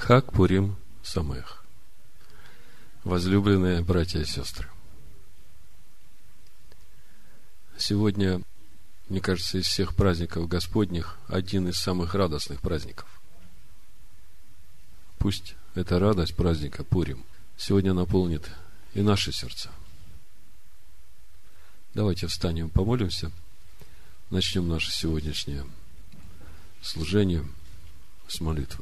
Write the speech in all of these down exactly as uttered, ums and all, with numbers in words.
Хаг Пурим Самех. Возлюбленные братья и сестры, сегодня, мне кажется, из всех праздников Господних один из самых радостных праздников. Пусть эта радость праздника Пурим сегодня наполнит и наши сердца. Давайте встанем, помолимся, начнем наше сегодняшнее служение с молитвы.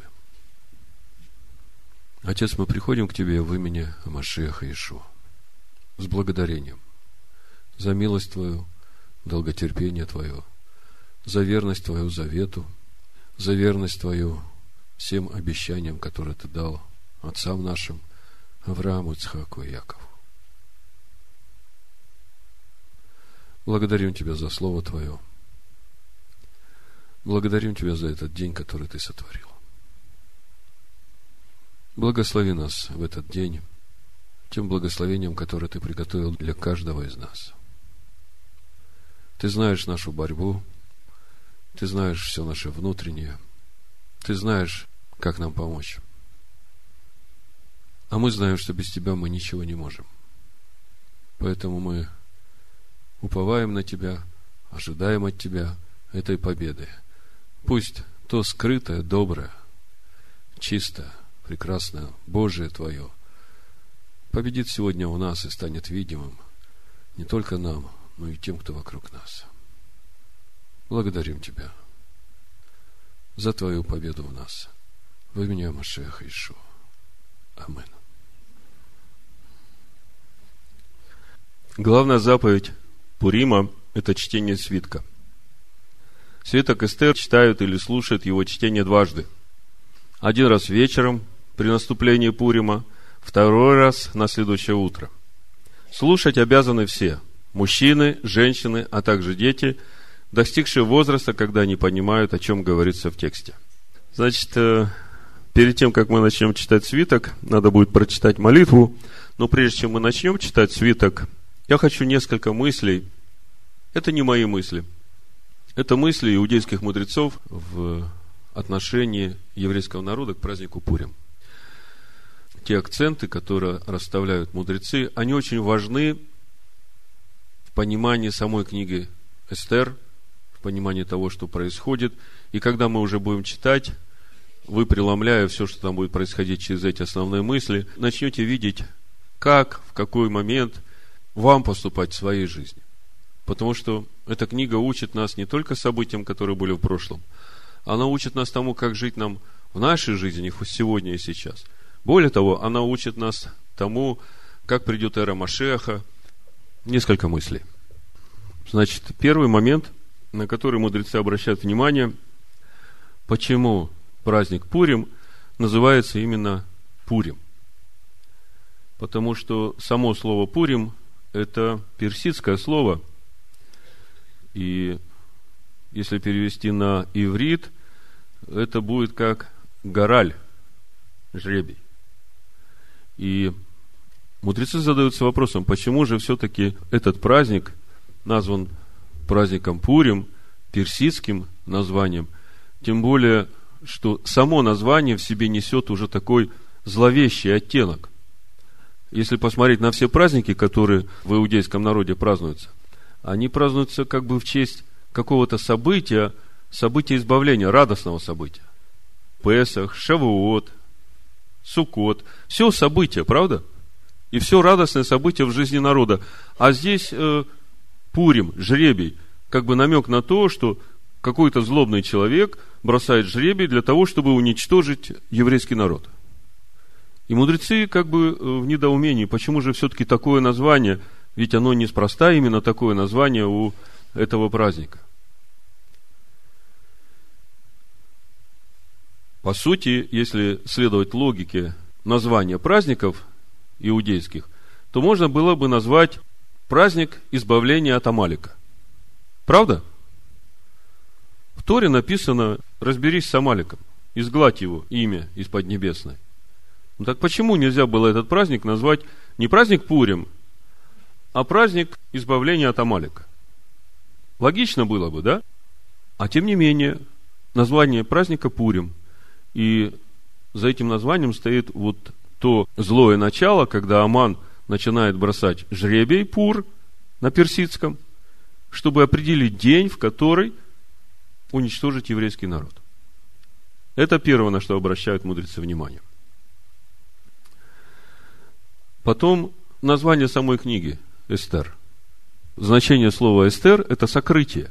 Отец, мы приходим к Тебе в имени Машиаха Иешуа с благодарением за милость Твою, долготерпение Твое, за верность Твою завету, за верность Твою всем обещаниям, которые Ты дал отцам нашим, Аврааму, Ицхаку и Якову. Благодарим Тебя за Слово Твое. Благодарим Тебя за этот день, который Ты сотворил. Благослови нас в этот день тем благословением, которое Ты приготовил для каждого из нас. Ты знаешь нашу борьбу, Ты знаешь все наше внутреннее, Ты знаешь, как нам помочь. А мы знаем, что без Тебя мы ничего не можем. Поэтому мы уповаем на Тебя, ожидаем от Тебя этой победы. Пусть то скрытое, доброе, чистое, прекрасное, Божие Твое победит сегодня у нас и станет видимым не только нам, но и тем, кто вокруг нас. Благодарим Тебя за Твою победу в нас. В имени Машиаха Иешуа. Амин. Главная заповедь Пурима – это чтение свитка. Свиток Эстер читают или слушают его чтение дважды. Один раз вечером при наступлении Пурима, второй раз на следующее утро. Слушать обязаны все – мужчины, женщины, а также дети, достигшие возраста, когда они понимают, о чем говорится в тексте. Значит, перед тем, как мы начнем читать свиток, надо будет прочитать молитву. Но прежде чем мы начнем читать свиток, я хочу несколько мыслей. Это не мои мысли. Это мысли иудейских мудрецов в отношении еврейского народа к празднику Пурим. Те акценты, которые расставляют мудрецы, они очень важны в понимании самой книги Эстер, в понимании того, что происходит. И когда мы уже будем читать, вы, преломляя все, что там будет происходить через эти основные мысли, начнете видеть, как, в какой момент вам поступать в своей жизни. Потому что эта книга учит нас не только событиям, которые были в прошлом, она учит нас тому, как жить нам в нашей жизни, сегодня и сейчас. Более того, она учит нас тому, как придет эра Машиаха. Несколько мыслей. Значит, первый момент, на который мудрецы обращают внимание, почему праздник Пурим называется именно Пурим. Потому что само слово Пурим – это персидское слово, и если перевести на иврит, это будет как гораль, жребий. И мудрецы задаются вопросом, почему же все-таки этот праздник назван праздником Пурим, персидским названием, тем более, что само название в себе несет уже такой зловещий оттенок. Если посмотреть на все праздники, которые в иудейском народе празднуются, они празднуются как бы в честь какого-то события, события избавления, радостного события. Песах, Шавуот, Суккот. Все события, правда? И все радостные события в жизни народа. А здесь э, Пурим, жребий, как бы намек на то, что какой-то злобный человек бросает жребий для того, чтобы уничтожить еврейский народ. И мудрецы как бы в недоумении, почему же все-таки такое название, ведь оно неспроста именно такое название у этого праздника. По сути, если следовать логике названия праздников иудейских, то можно было бы назвать праздник избавления от Амалика. Правда? В Торе написано: разберись с Амаликом, изгладь его имя из Поднебесной. Ну так почему нельзя было этот праздник назвать не праздник Пурим, а праздник избавления от Амалика? Логично было бы, да? А тем не менее, название праздника Пурим и за этим названием стоит вот то злое начало, когда Аман начинает бросать жребий, пур, на персидском, чтобы определить день, в который уничтожить еврейский народ. Это первое, на что обращают мудрецы внимание. Потом название самой книги Эстер. Значение слова Эстер – это сокрытие.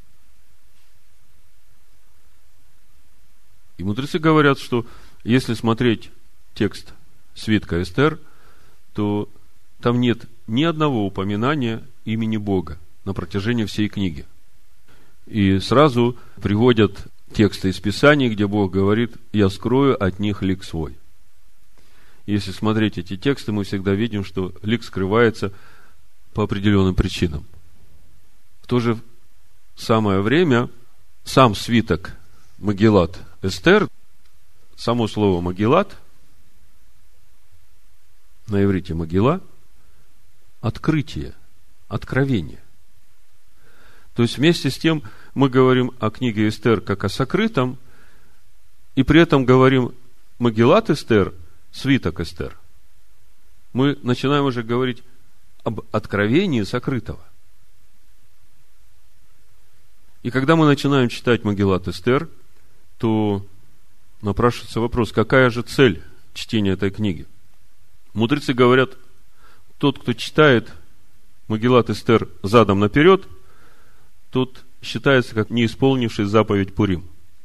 И мудрецы говорят, что если смотреть текст свитка Эстер, то там нет ни одного упоминания имени Бога на протяжении всей книги. И сразу приводят тексты из Писаний, где Бог говорит: «Я скрою от них лик свой». Если смотреть эти тексты, мы всегда видим, что лик скрывается по определенным причинам. В то же самое время сам свиток Магилат Эстер, само слово Магилат, на иврите Магила, открытие, откровение. То есть вместе с тем мы говорим о книге Эстер как о сокрытом, и при этом говорим Магилат Эстер, свиток Эстер. Мы начинаем уже говорить об откровении сокрытого. И когда мы начинаем читать Магилат Эстер, то напрашивается вопрос: какая же цель чтения этой книги? Мудрецы говорят, тот, кто читает Магилат Эстер задом наперед, тот считается как не исполнивший заповедь Пурим.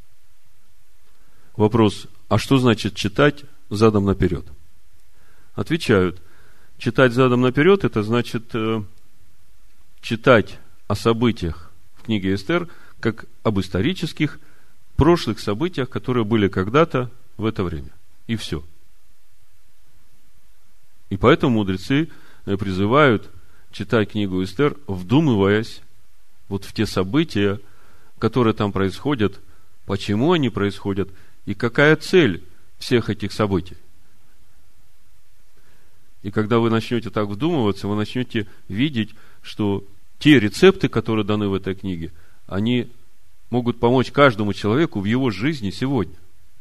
Вопрос: а что значит читать задом наперед? Отвечают: читать задом наперед — это значит э, читать о событиях в книге Эстер как об исторических, прошлых событиях, которые были когда-то в это время. И все. И поэтому мудрецы призывают читать книгу Эстер, вдумываясь вот в те события, которые там происходят, почему они происходят и какая цель всех этих событий. И когда вы начнете так вдумываться, вы начнете видеть, что те рецепты, которые даны в этой книге, они могут помочь каждому человеку в его жизни сегодня.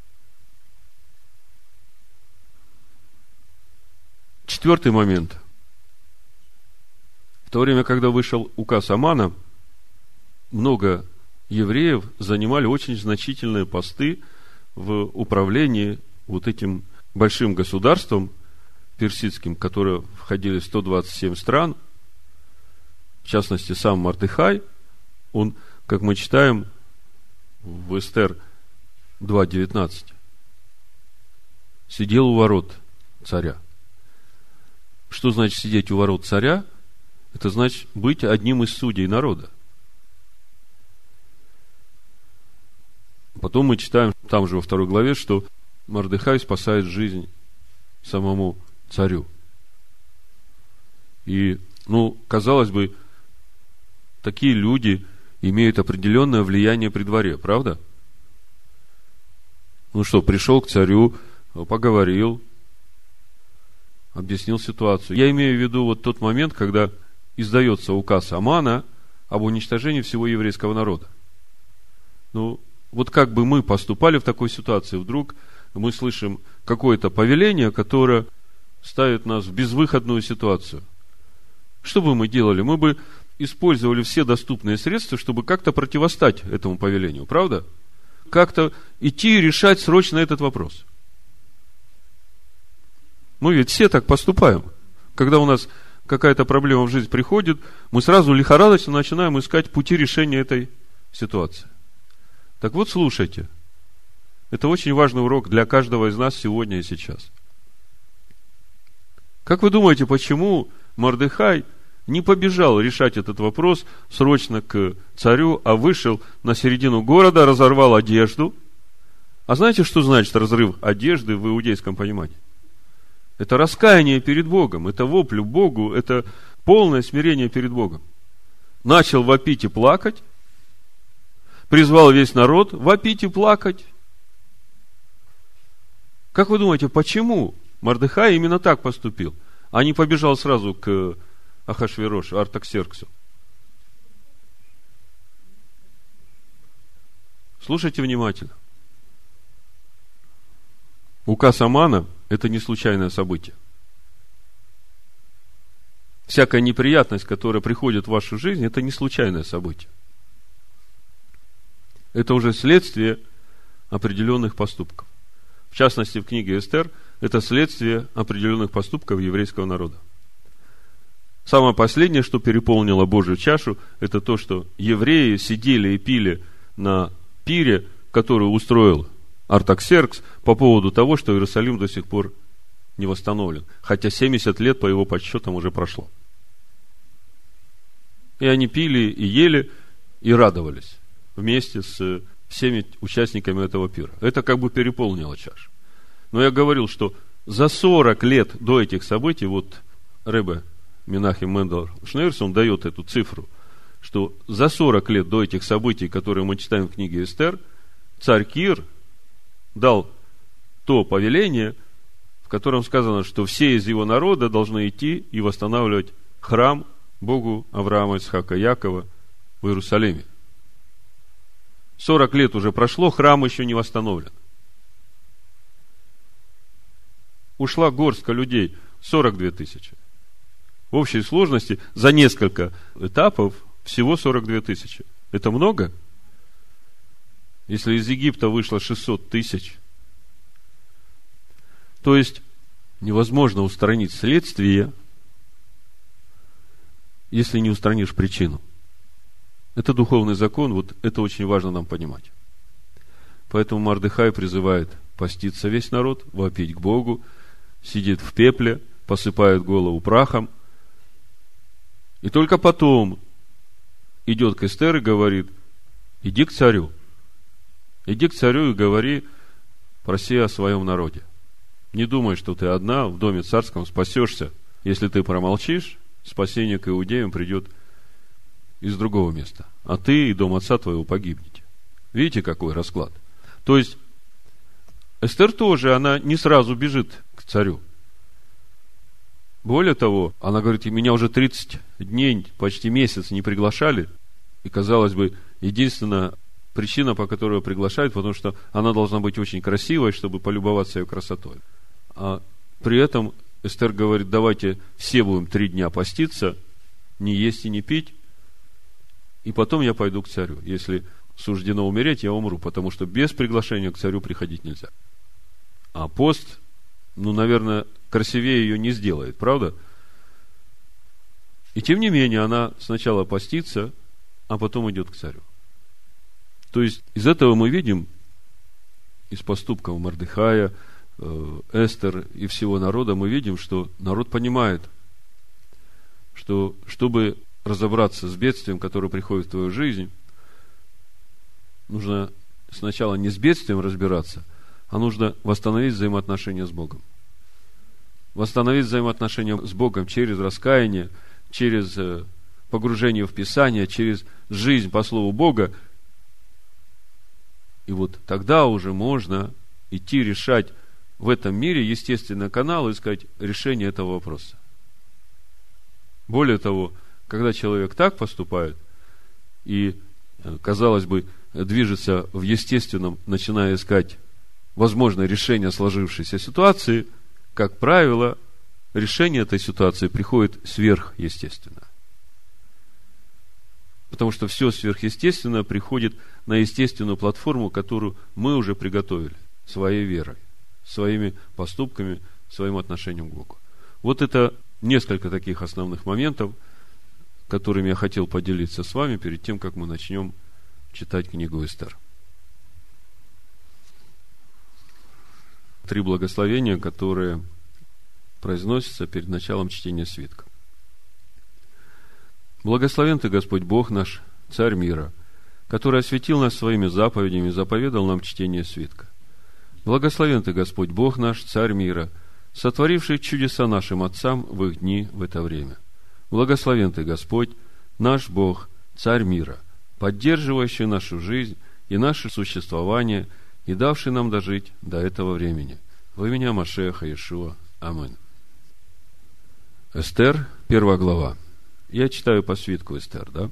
Четвертый момент. В то время, когда вышел указ Амана, много евреев занимали очень значительные посты в управлении вот этим большим государством персидским, в которое входили сто двадцать семь стран. В частности, сам Мордехай, он, как мы читаем в Эстер два девятнадцать, сидел у ворот царя. Что значит сидеть у ворот царя? Это значит быть одним из судей народа. Потом мы читаем там же во второй главе, что Мордехай спасает жизнь самому царю. И, ну, казалось бы, такие люди имеют определенное влияние при дворе, правда? Ну что, пришел к царю, поговорил, объяснил ситуацию. Я имею в виду вот тот момент, когда издается указ Амана об уничтожении всего еврейского народа. Ну, вот как бы мы поступали в такой ситуации? Вдруг мы слышим какое-то повеление, которое ставит нас в безвыходную ситуацию. Что бы мы делали? Мы бы использовали все доступные средства, чтобы как-то противостать этому повелению, правда? Как-то идти и решать срочно этот вопрос. Мы ведь все так поступаем. Когда у нас какая-то проблема в жизни приходит, мы сразу лихорадочно начинаем искать пути решения этой ситуации. Так вот, слушайте. Это очень важный урок для каждого из нас сегодня и сейчас. Как вы думаете, почему Мордехай не побежал решать этот вопрос срочно к царю, а вышел на середину города, разорвал одежду? А знаете, что значит разрыв одежды в иудейском понимании? Это раскаяние перед Богом, это вопль Богу, это полное смирение перед Богом. Начал вопить и плакать, призвал весь народ вопить и плакать. Как вы думаете, почему Мордехай именно так поступил, а не побежал сразу к Ахашверошу, Артаксерксу? Слушайте внимательно. указ Амана – это не случайное событие. Всякая неприятность, которая приходит в вашу жизнь, это не случайное событие. Это уже следствие определенных поступков. В частности, в книге Эстер это следствие определенных поступков еврейского народа. Самое последнее, что переполнило Божью чашу, это то, что евреи сидели и пили на пире, который устроил Артаксеркс по поводу того, что Иерусалим до сих пор не восстановлен, хотя семьдесят лет по его подсчетам уже прошло. И они пили и ели и радовались вместе с всеми участниками этого пира. Это как бы переполнило чашу. Но я говорил, что за сорок лет до этих событий, вот Ребе Менахем Мендел Шнейрсон дает эту цифру, что за сорок лет до этих событий, которые мы читаем в книге Эстер, царь Кир дал то повеление, в котором сказано, что все из его народа должны идти и восстанавливать храм Богу Авраама, Исхака, Якова в Иерусалиме. сорок лет уже прошло, храм еще не восстановлен. Ушла горстка людей, сорок две тысячи. В общей сложности за несколько этапов всего сорок две тысячи. Это много? Если из Египта вышло шестьсот тысяч, то есть невозможно устранить следствие, если не устранишь причину. Это духовный закон, вот это очень важно нам понимать. Поэтому Мордехай призывает поститься весь народ, вопить к Богу, сидит в пепле, посыпает голову прахом, и только потом идет к Эстер и говорит: иди к царю. Иди к царю и говори, проси о своем народе. Не думай, что ты одна в доме царском спасешься. Если ты промолчишь, спасение к иудеям придет из другого места. А ты и дом отца твоего погибнете. Видите, какой расклад? То есть, Эстер тоже, она не сразу бежит к царю. Более того, она говорит: меня уже тридцать дней, почти месяц не приглашали. И, казалось бы, единственная причина, по которой ее приглашают, потому что она должна быть очень красивой, чтобы полюбоваться ее красотой. А при этом Эстер говорит: давайте все будем три дня поститься, не есть и не пить, и потом я пойду к царю. Если суждено умереть, я умру, потому что без приглашения к царю приходить нельзя. А пост, ну, наверное, красивее ее не сделает, правда? И тем не менее, она сначала постится, а потом идет к царю. То есть, из этого мы видим, из поступков Мордехая, Эстер и всего народа, мы видим, что народ понимает, что чтобы разобраться с бедствием, которое приходит в твою жизнь, нужно сначала не с бедствием разбираться, а нужно восстановить взаимоотношения с Богом. Восстановить взаимоотношения с Богом через раскаяние, через погружение в Писание, через жизнь по Слову Бога. И вот тогда уже можно идти решать в этом мире естественный канал и искать решение этого вопроса. Более того, когда человек так поступает и, казалось бы, движется в естественном, начиная искать возможное решение сложившейся ситуации, как правило, решение этой ситуации приходит сверхъестественно. Потому что все сверхъестественное приходит на естественную платформу, которую мы уже приготовили своей верой, своими поступками, своим отношением к Богу. Вот это несколько таких основных моментов, которыми я хотел поделиться с вами перед тем, как мы начнем читать книгу Эстер. Три благословения, которые произносятся перед началом чтения свитка. Благословен Ты, Господь Бог наш, Царь мира, который осветил нас своими заповедями и заповедал нам чтение свитка. Благословен Ты, Господь Бог наш, Царь мира, сотворивший чудеса нашим отцам в их дни в это время. Благословен Ты, Господь, наш Бог, Царь мира, поддерживающий нашу жизнь и наше существование и давший нам дожить до этого времени. Во имя Машеха Иешуа. Аминь. Эстер, первая глава. Я читаю по свитку Эстер, да?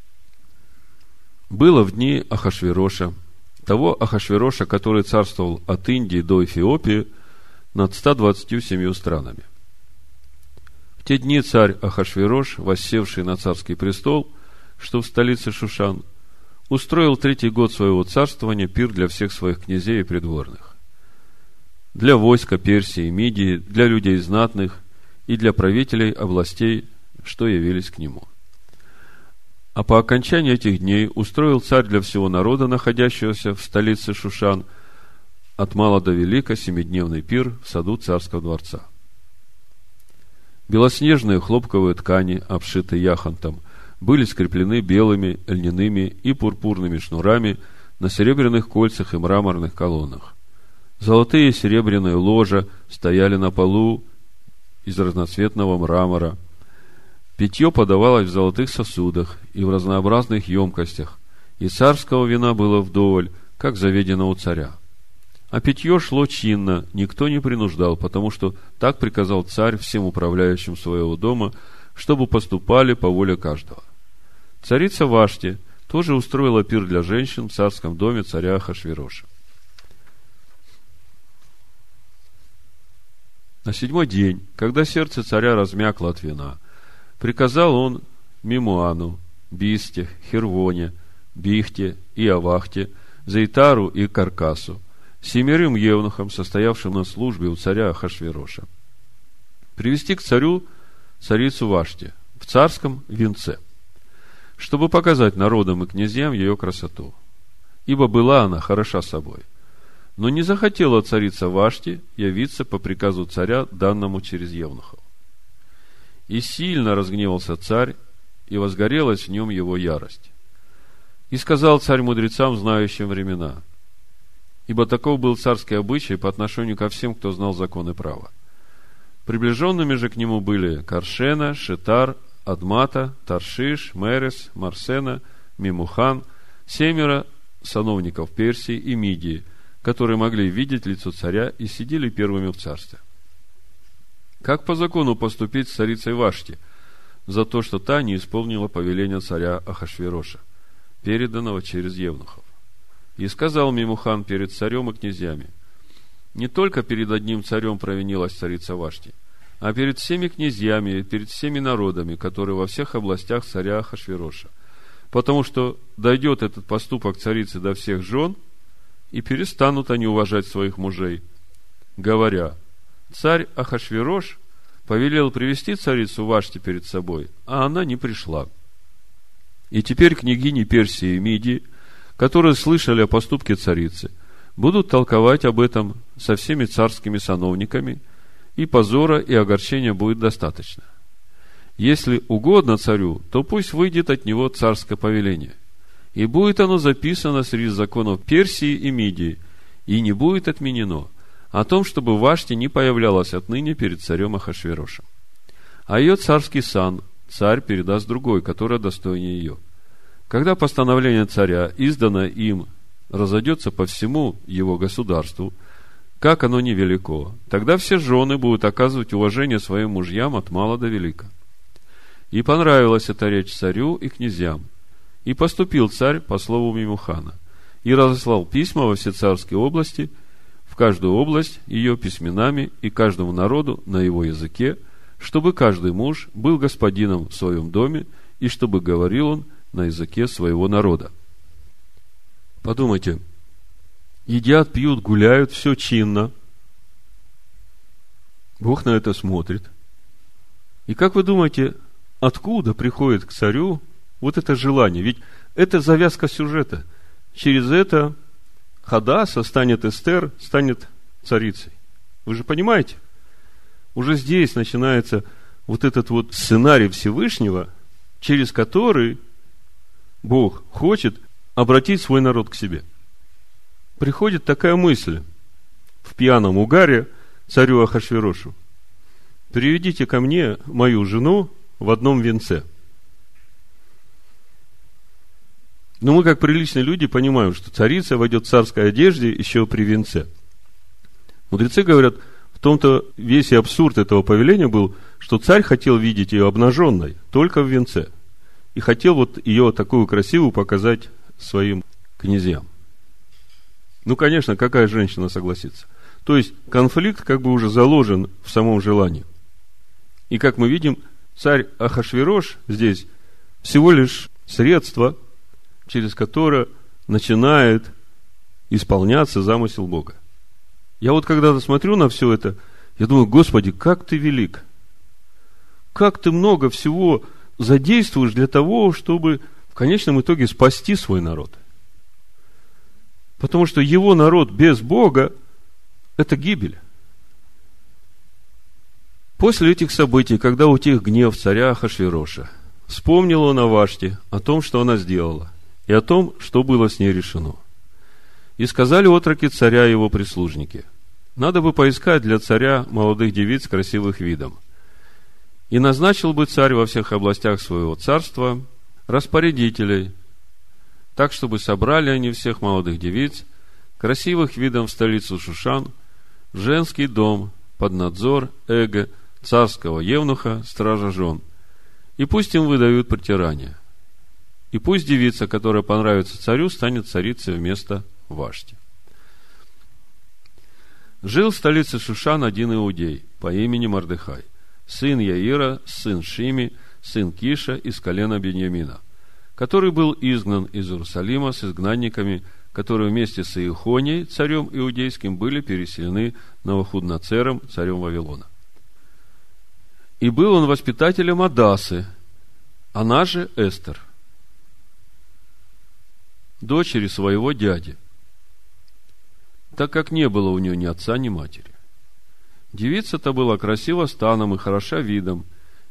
Было в дни Ахашвероша, того Ахашвероша, который царствовал от Индии до Эфиопии, над ста двадцатью семью странами. В те дни царь Ахашвирош, воссевший на царский престол, что в столице Шушан, устроил третий год своего царствования пир для всех своих князей и придворных, для войска Персии и Мидии, для людей знатных и для правителей областей, что явились к нему. А по окончании этих дней устроил царь для всего народа, находящегося в столице Шушан, от мала до велика, семидневный пир в саду царского дворца. Белоснежные хлопковые ткани, обшитые яхонтом, были скреплены белыми, льняными и пурпурными шнурами на серебряных кольцах и мраморных колоннах. Золотые и серебряные ложа стояли на полу из разноцветного мрамора. Питье подавалось в золотых сосудах и в разнообразных емкостях, и царского вина было вдоволь, как заведено у царя. А питье шло чинно, никто не принуждал, потому что так приказал царь всем управляющим своего дома, чтобы поступали по воле каждого. Царица Вашти тоже устроила пир для женщин в царском доме царя Ахашвироша. На седьмой день, когда сердце царя размякло от вина, приказал он Мимуану, Бисте, Хервоне, Бихте и Авахте, Зейтару и Каркасу, семерым евнухам, состоявшим на службе у царя Ахашвироша, привести к царю царицу Вашти в царском венце, чтобы показать народам и князьям ее красоту. Ибо была она хороша собой. Но не захотела царица Вашти явиться по приказу царя, данному через евнухов. И сильно разгневался царь, и возгорелась в нем его ярость. И сказал царь мудрецам, знающим времена, ибо таков был царский обычай по отношению ко всем, кто знал закон и право. Приближенными же к нему были Каршена, Шетар, Адмата, Таршиш, Мерес, Марсена, Мимухан, семеро сановников Персии и Мидии, которые могли видеть лицо царя и сидели первыми в царстве. Как по закону поступить с царицей Вашти за то, что та не исполнила повеления царя Ахашвироша, переданного через евнухов? И сказал Мимухан перед царем и князьями: не только перед одним царем провинилась царица Вашти, а перед всеми князьями и перед всеми народами, которые во всех областях царя Ахашвироша. Потому что дойдет этот поступок царицы до всех жен, и перестанут они уважать своих мужей, говоря: царь Ахашвирош повелел привести царицу Вашти перед собой, а она не пришла. И теперь княгини Персии и Мидии, которые слышали о поступке царицы, будут толковать об этом со всеми царскими сановниками, и позора и огорчения будет достаточно. Если угодно царю, то пусть выйдет от него царское повеление, и будет оно записано среди законов Персии и Мидии, и не будет отменено, о том, чтобы Вашти не появлялась отныне перед царем Ахашвирошем. А ее царский сан царь передаст другой, которая достойнее ее. Когда постановление царя, изданное им, разойдется по всему его государству, как оно невелико, тогда все жены будут оказывать уважение своим мужьям от мала до велика. И понравилась эта речь царю и князьям. И поступил царь по слову Мимухана, и разослал письма во все царские области, в каждую область ее письменами и каждому народу на его языке, чтобы каждый муж был господином в своем доме, и чтобы говорил он на языке своего народа. Подумайте, едят, пьют, гуляют, все чинно. Бог на это смотрит. И как вы думаете, откуда приходит к царю вот это желание? Ведь это завязка сюжета. Через это Хадаса станет Эстер, станет царицей. Вы же понимаете? Уже здесь начинается вот этот вот сценарий Всевышнего, через который Бог хочет обратить свой народ к себе. Приходит такая мысль в пьяном угаре царю Ахашвирошу: приведите ко мне мою жену в одном венце. Но мы, как приличные люди, понимаем, что царица войдет в царской одежде еще при венце. Мудрецы говорят, в том-то весь и абсурд этого повеления был, что царь хотел видеть ее обнаженной только в венце. И хотел вот ее такую красивую показать своим князьям. Ну, конечно, какая женщина согласится? То есть, конфликт как бы уже заложен в самом желании. И как мы видим, царь Ахашверош здесь всего лишь средство, через которое начинает исполняться замысел Бога. Я вот когда-то смотрю на все это, я думаю, Господи, как ты велик, как ты много всего задействуешь для того, чтобы в конечном итоге спасти свой народ. Потому что его народ без Бога – это гибель. После этих событий, когда утих гнев царя Ахашвероша, вспомнил он о Вашти, о том, что она сделала, и о том, что было с ней решено. И сказали отроки царя и его прислужники: надо бы поискать для царя молодых девиц красивых видом. И назначил бы царь во всех областях своего царства распорядителей, так, чтобы собрали они всех молодых девиц, красивых видом в столицу Шушан, в женский дом, под надзор Эга, царского евнуха, стража жен. И пусть им выдают притирание. И пусть девица, которая понравится царю, станет царицей вместо Вашти. Жил в столице Шушан один иудей по имени Мордехай, сын Яира, сын Шими, сын Киша из колена Беньямина, который был изгнан из Иерусалима с изгнанниками, которые вместе с Иехонией, царем иудейским, были переселены Навуходоносором, царем Вавилона. И был он воспитателем Адасы, она же Эстер, дочери своего дяди, так как не было у нее ни отца, ни матери. Девица-то была красива станом и хороша видом,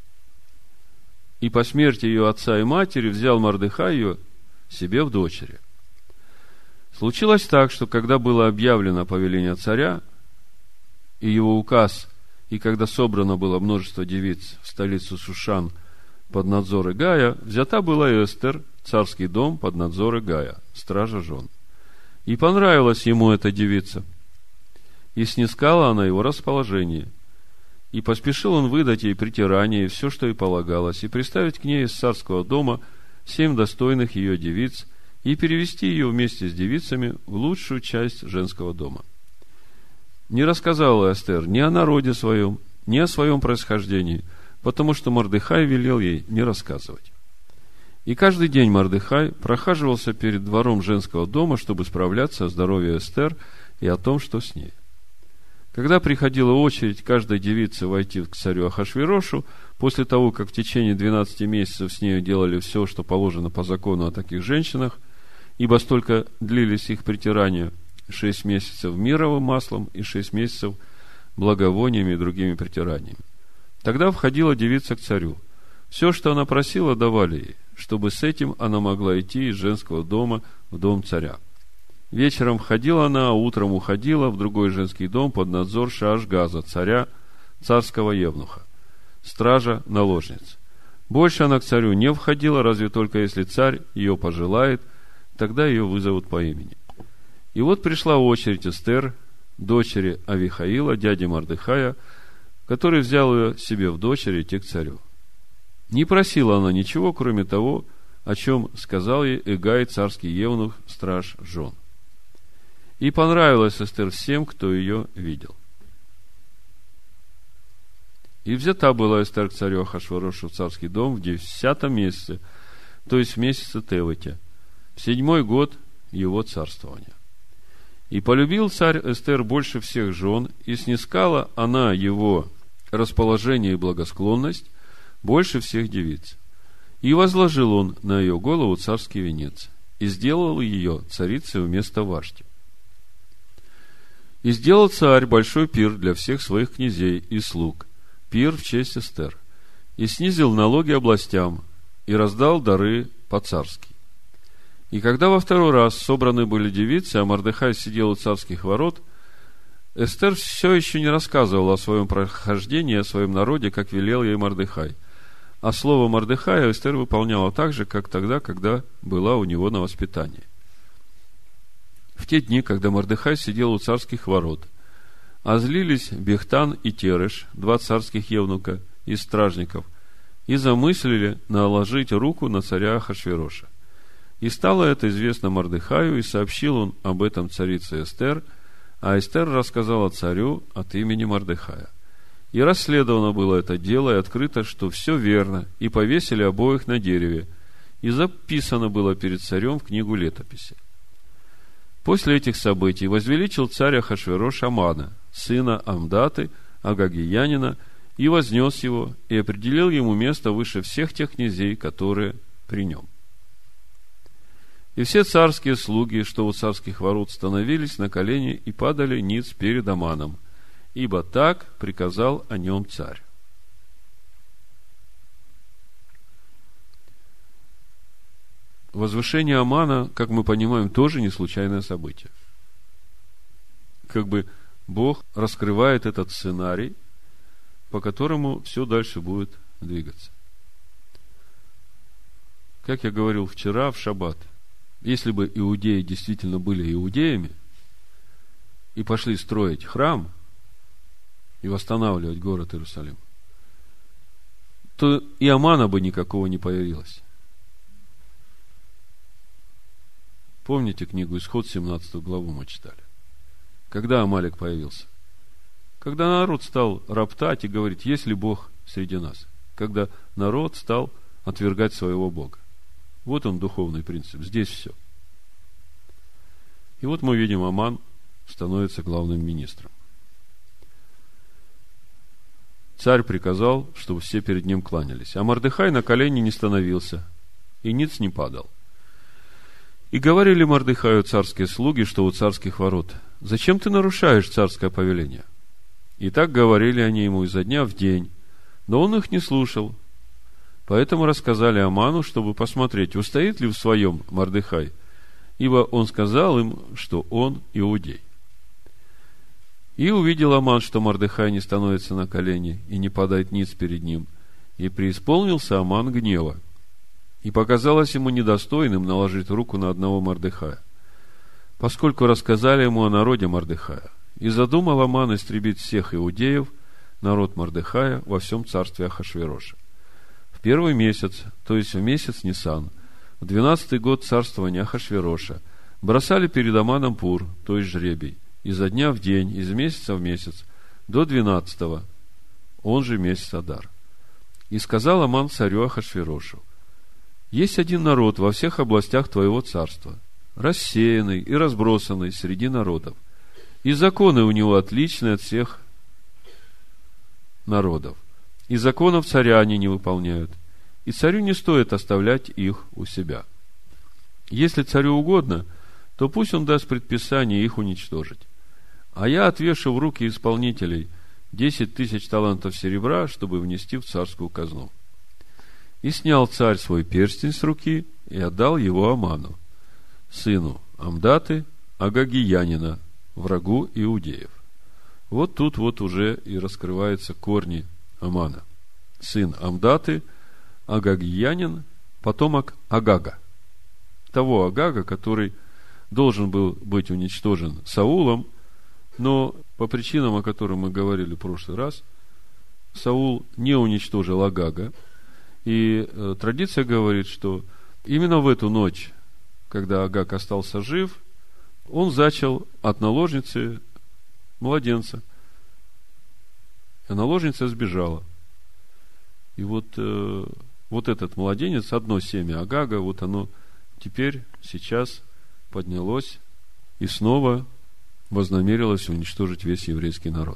и по смерти ее отца и матери взял Мордехай ее себе в дочери. Случилось так, что когда было объявлено повеление царя и его указ, и когда собрано было множество девиц в столицу Шушан под надзор Игая, взята была Эстер, царский дом под надзор Игая, стража жен. И понравилась ему эта девица, и снискала она его расположение. И поспешил он выдать ей притирание и все, что ей полагалось, и приставить к ней из царского дома семь достойных ее девиц, и перевести ее вместе с девицами в лучшую часть женского дома. Не рассказала Эстер ни о народе своем, ни о своем происхождении, потому что Мордехай велел ей не рассказывать. И каждый день Мордехай прохаживался перед двором женского дома, чтобы справляться о здоровье Эстер и о том, что с ней. Когда приходила очередь каждой девице войти к царю Ахашверошу, после того, как в течение двенадцати месяцев с нею делали все, что положено по закону о таких женщинах, ибо столько длились их притирания, шесть месяцев мировым маслом и шесть месяцев благовониями и другими притираниями. Тогда входила девица к царю. Все, что она просила, давали ей, чтобы с этим она могла идти из женского дома в дом царя. Вечером входила она, а утром уходила в другой женский дом под надзор Шаашгаза, царя, царского евнуха, стража наложниц. Больше она к царю не входила, разве только если царь ее пожелает, тогда ее вызовут по имени. И вот пришла очередь Эстер, дочери Авихаила, дяди Мордехая, который взял ее себе в дочери идти к царю. Не просила она ничего, кроме того, о чем сказал ей Игай, царский евнух, страж жен. И понравилась Эстер всем, кто ее видел. И взята была Эстер к царю Ахашверошу в царский дом в десятом месяце, то есть в месяце Тевете, в седьмой год его царствования. И полюбил царь Эстер больше всех жен, и снискала она его расположение и благосклонность больше всех девиц. И возложил он на ее голову царский венец, и сделал ее царицей вместо Вашти. И сделал царь большой пир для всех своих князей и слуг, пир в честь Эстер, и снизил налоги областям, и раздал дары по-царски. И когда во второй раз собраны были девицы, а Мордехай сидел у царских ворот, Эстер все еще не рассказывала о своем прохождении, о своем народе, как велел ей Мордехай. А слово Мордехая Эстер выполняла так же, как тогда, когда была у него на воспитании. В те дни, когда Мордехай сидел у царских ворот, озлились Бихтан и Тереш, два царских евнука из стражников, и замыслили наложить руку на царя Ахашвероша. И стало это известно Мордехаю, и сообщил он об этом царице Эстер, А Эстер рассказала царю от имени Мордехая. И расследовано было это дело, и открыто, что все верно, и повесили обоих на дереве, и записано было перед царем в книгу летописи. После этих событий возвеличил царь Ахашверош Амана, сына Амдаты, агагиянина, и вознес его, и определил ему место выше всех тех князей, которые при нем. И все царские слуги, что у царских ворот, становились на колени и падали ниц перед Аманом, ибо так приказал о нем царь. Возвышение Амана, как мы понимаем, тоже не случайное событие. Как бы Бог раскрывает этот сценарий, по которому все дальше будет двигаться. Как я говорил вчера в шаббат, если бы иудеи действительно были иудеями и пошли строить храм и восстанавливать город Иерусалим, то и Амана бы никакого не появилось. Помните книгу Исход, семнадцатую главу мы читали? Когда Амалек появился? Когда народ стал роптать и говорить, есть ли Бог среди нас? Когда народ стал отвергать своего Бога. Вот он, духовный принцип. Здесь все. И вот мы видим, Аман становится главным министром. Царь приказал, чтобы все перед ним кланялись. А Мордехай на колени не становился, и ниц не падал. И говорили Мордехаю царские слуги, что у царских ворот: зачем ты нарушаешь царское повеление? И так говорили они ему изо дня в день, но он их не слушал. Поэтому рассказали Аману, чтобы посмотреть, устоит ли в своем Мордехай, ибо он сказал им, что он иудей. И увидел Аман, что Мордехай не становится на колени и не падает ниц перед ним, и преисполнился Аман гнева, и показалось ему недостойным наложить руку на одного Мордехая, поскольку рассказали ему о народе Мордехая. И задумал Аман истребить всех иудеев, народ Мордехая, во всем царстве Ахашвероша. В первый месяц, то есть в месяц Нисан, в двенадцатый год царствования Ахашвероша, бросали перед Аманом пур, то есть жребий, изо дня в день, из месяца в месяц, до двенадцатого, он же месяц Адар. И сказал Аман царю Ахашверошу: есть один народ во всех областях твоего царства, рассеянный и разбросанный среди народов, и законы у него отличные от всех народов, и законов царя они не выполняют, и царю не стоит оставлять их у себя. Если царю угодно, то пусть он даст предписание их уничтожить. А я отвешу в руки исполнителей десять тысяч талантов серебра, чтобы внести в царскую казну. И снял царь свой перстень с руки и отдал его Аману, сыну Амдаты, агагиянина, врагу иудеев. Вот тут вот уже и раскрываются корни Амана. Сын Амдаты, агагиянин, потомок Агага. Того Агага, который должен был быть уничтожен Саулом, но по причинам, о которых мы говорили в прошлый раз, Саул не уничтожил Агага. И э, традиция говорит, что именно в эту ночь, когда Агаг остался жив, он зачал от наложницы младенца. И наложница сбежала. И вот, э, вот этот младенец, одно семя Агага, вот оно теперь, сейчас поднялось и снова вознамерилось уничтожить весь еврейский народ.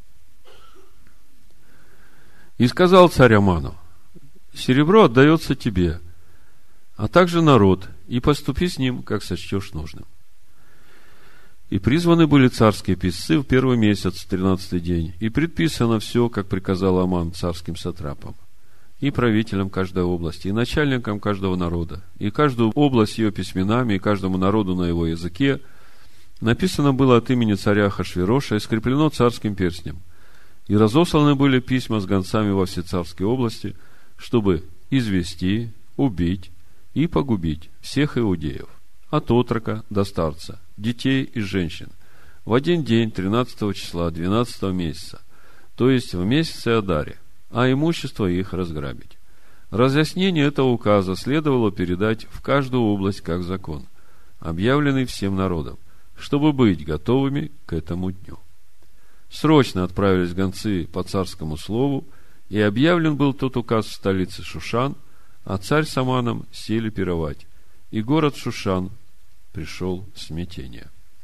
И сказал царь Аману: серебро отдается тебе, а также народ, и поступи с ним, как сочтешь нужным. И призваны были царские писцы в первый месяц, тринадцатый день, и предписано все, как приказал Аман царским сатрапам, и правителям каждой области, и начальникам каждого народа, и каждую область ее письменами, и каждому народу на его языке. Написано было от имени царя Ахашвероша и скреплено царским перстнем. И разосланы были письма с гонцами во все царские области, чтобы извести, убить и погубить всех иудеев, от отрока до старца, детей и женщин, в один день тринадцатого числа двенадцатого месяца, то есть в месяце Адаре, а имущество их разграбить. Разъяснение этого указа следовало передать в каждую область как закон, объявленный всем народам, чтобы быть готовыми к этому дню. Срочно отправились гонцы по царскому слову, и объявлен был тот указ в столице Шушан, а царь с Аманом сели пировать, и город Шушан пришел в смятение.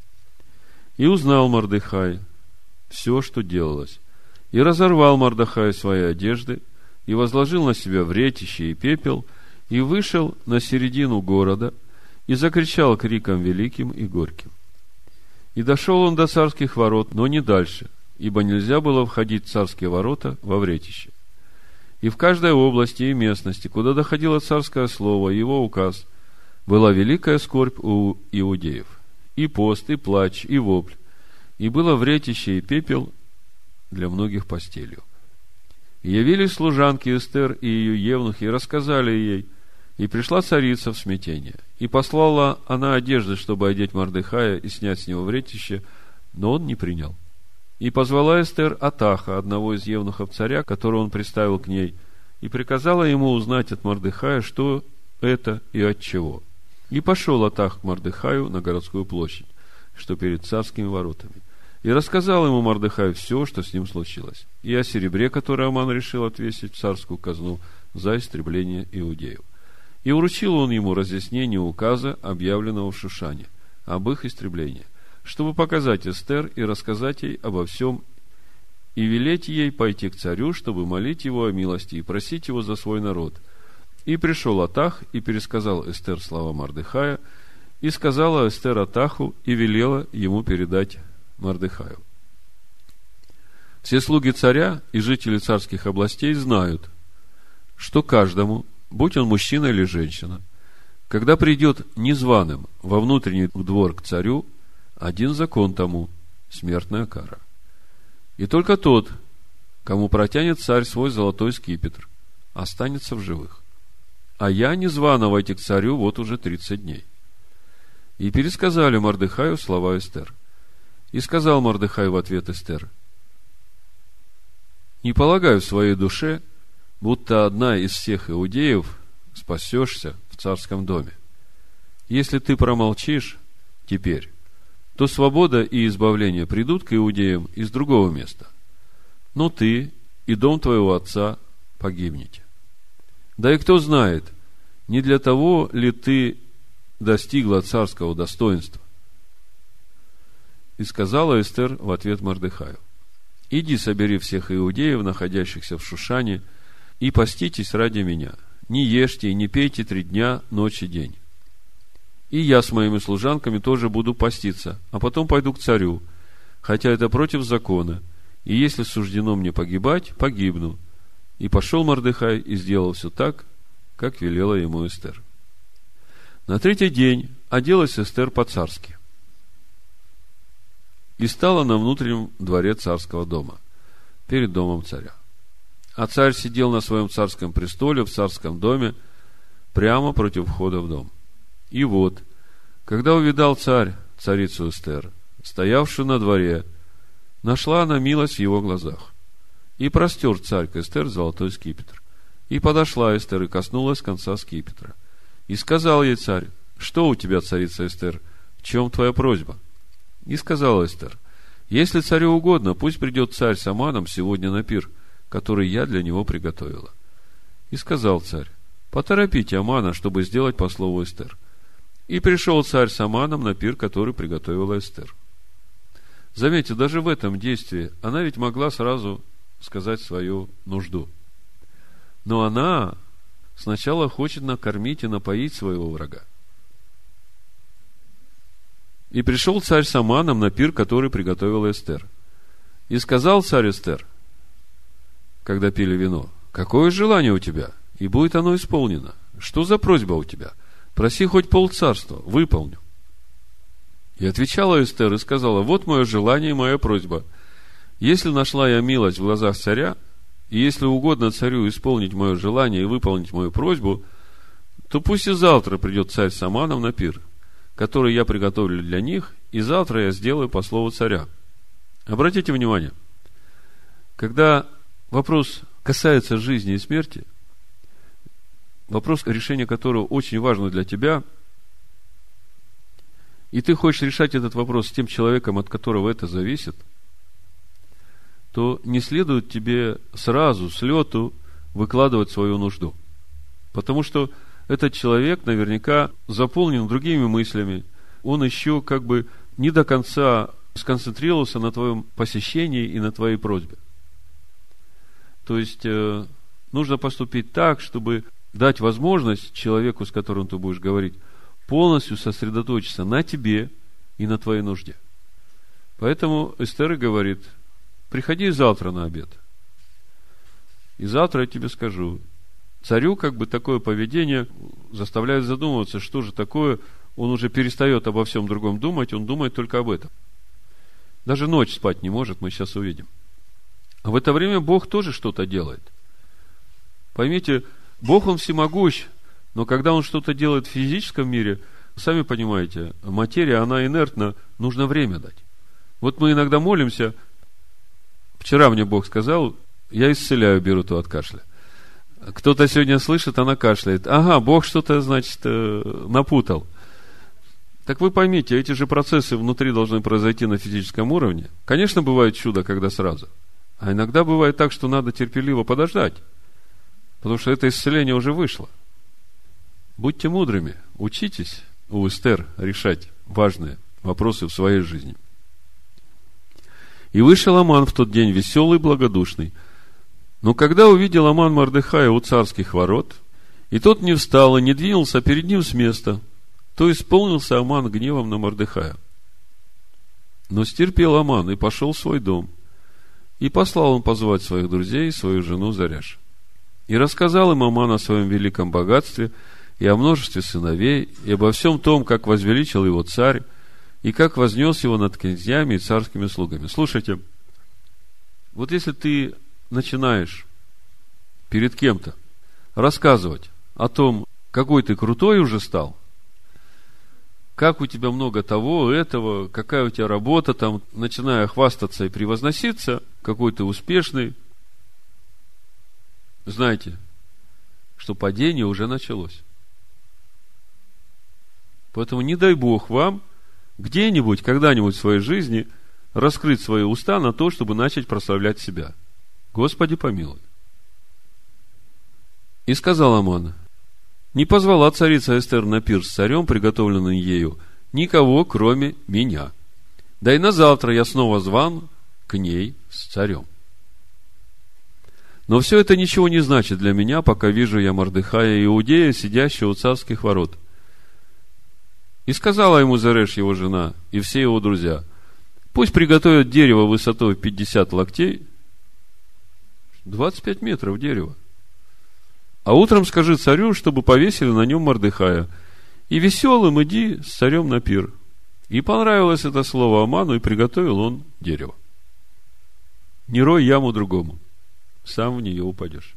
И узнал Мордехай все, что делалось, и разорвал Мордехай свои одежды, и возложил на себя вретище и пепел, и вышел на середину города, и закричал криком великим и горьким. И дошел он до царских ворот, но не дальше, ибо нельзя было входить в царские ворота во вретище. И в каждой области и местности, куда доходило царское слово и его указ, была великая скорбь у иудеев, и пост, и плач, и вопль, и было вретище и пепел для многих постелью. И явились служанки Эстер и ее евнухи, и рассказали ей, и пришла царица в смятение. И послала она одежды, чтобы одеть Мордехая и снять с него вретище, но он не принял. И позвала Эстер Атаха, одного из евнухов царя, которого он приставил к ней, и приказала ему узнать от Мордехая, что это и от чего. И пошел Атах к Мордехаю на городскую площадь, что перед царскими воротами, и рассказал ему Мордехай все, что с ним случилось, и о серебре, которое Аман решил отвесить в царскую казну за истребление иудеев. И уручил он ему разъяснение указа, объявленного в Шушане, об их истреблении, чтобы показать Эстер и рассказать ей обо всем, и велеть ей пойти к царю, чтобы молить его о милости и просить его за свой народ. И пришел Атах и пересказал Эстер слова Мордехая, и сказала Эстер Атаху, и велела ему передать Мордехаю. Все слуги царя и жители царских областей знают, что каждому, будь он мужчина или женщина, когда придет незваным во внутренний двор к царю, один закон тому – смертная кара. И только тот, кому протянет царь свой золотой скипетр, останется в живых. А я незвано войти к царю вот уже тридцать дней. И пересказали Мордехаю слова Эстер. И сказал Мордехай в ответ Эстер: не полагаю в своей душе, будто одна из всех иудеев спасешься в царском доме. Если ты промолчишь теперь, то свобода и избавление придут к иудеям из другого места. Но ты и дом твоего отца погибнете. Да и кто знает, не для того ли ты достигла царского достоинства? И сказала Эстер в ответ Мордехаю: иди, собери всех иудеев, находящихся в Шушане, и поститесь ради меня. Не ешьте и не пейте три дня, ночь и день. И я с моими служанками тоже буду поститься, а потом пойду к царю, хотя это против закона, и если суждено мне погибать, погибну. И пошел Мордехай и сделал все так, как велела ему Эстер. На третий день оделась Эстер по-царски и стала на внутреннем дворе царского дома, перед домом царя. А царь сидел на своем царском престоле в царском доме, прямо против входа в дом. И вот, когда увидал царь царицу Эстер, стоявшую на дворе, нашла она милость в его глазах. И простер царь к Эстер золотой скипетр. И подошла Эстер и коснулась конца скипетра. И сказал ей царь: что у тебя, царица Эстер, в чем твоя просьба? И сказала Эстер: если царю угодно, пусть придет царь с Аманом сегодня на пир, который я для него приготовила. И сказал царь: поторопите Амана, чтобы сделать по слову Эстер. И пришел царь с Аманом на пир, который приготовила Эстер. Заметьте, даже в этом действии она ведь могла сразу сказать свою нужду. Но она сначала хочет накормить и напоить своего врага. И пришел царь с Аманом на пир, который приготовила Эстер. И сказал царь Эстер, когда пили вино: какое желание у тебя, и будет оно исполнено. Что за просьба у тебя? Проси хоть полцарства, выполню. И отвечала Эстер и сказала: вот мое желание и моя просьба. Если нашла я милость в глазах царя, и если угодно царю исполнить мое желание и выполнить мою просьбу, то пусть и завтра придет царь с Аманом на пир, который я приготовлю для них, и завтра я сделаю по слову царя. Обратите внимание, когда вопрос касается жизни и смерти, вопрос, решение которого очень важно для тебя, и ты хочешь решать этот вопрос с тем человеком, от которого это зависит, то не следует тебе сразу, с лету, выкладывать свою нужду. Потому что этот человек наверняка заполнен другими мыслями. Он еще как бы не до конца сконцентрировался на твоем посещении и на твоей просьбе. То есть, э, нужно поступить так, чтобы дать возможность человеку, с которым ты будешь говорить, полностью сосредоточиться на тебе и на твоей нужде. Поэтому Эстер говорит: приходи завтра на обед. И завтра я тебе скажу. Царю как бы такое поведение заставляет задумываться, что же такое. Он уже перестает обо всем другом думать, он думает только об этом. Даже ночь спать не может, мы сейчас увидим. А в это время Бог тоже что-то делает. Поймите, Бог, Он всемогущ, но когда Он что-то делает в физическом мире, сами понимаете, материя, она инертна, нужно время дать. Вот мы иногда молимся. Вчера мне Бог сказал: я исцеляю беруту от кашля. Кто-то сегодня слышит, она кашляет. Ага, Бог что-то, значит, напутал. Так вы поймите, эти же процессы внутри должны произойти на физическом уровне. Конечно, бывает чудо, когда сразу. А иногда бывает так, что надо терпеливо подождать. Потому что это исцеление уже вышло. Будьте мудрыми, учитесь у Эстер решать важные вопросы в своей жизни. И вышел Аман в тот день веселый и благодушный. Но когда увидел Аман Мордехая у царских ворот, и тот не встал и не двинулся перед ним с места, то исполнился Аман гневом на Мордехая. Но стерпел Аман и пошел в свой дом, и послал он позвать своих друзей и свою жену Заряш. И рассказал им Аман о своем великом богатстве, и о множестве сыновей, и обо всем том, как возвеличил его царь, и как вознес его над князьями и царскими слугами. Слушайте, вот если ты начинаешь перед кем-то рассказывать о том, какой ты крутой уже стал, как у тебя много того, этого, какая у тебя работа там, начиная хвастаться и превозноситься, какой ты успешный, знайте, что падение уже началось. Поэтому не дай Бог вам где-нибудь, когда-нибудь в своей жизни раскрыть свои уста на то, чтобы начать прославлять себя. Господи помилуй. И сказал Аман: не позвала царица Эстер на пир с царем, приготовленный ею, никого, кроме меня. Да и на завтра я снова зван к ней с царем. Но все это ничего не значит для меня, пока вижу я Мордехая Иудея, сидящего у царских ворот. И сказала ему Зареш, его жена, и все его друзья: пусть приготовят дерево высотой пятьдесят локтей, двадцать пять метров дерева. А утром скажи царю, чтобы повесили на нем Мордехая, и веселым иди с царем на пир. И понравилось это слово Аману, и приготовил он дерево. Не рой яму другому, сам в нее упадешь.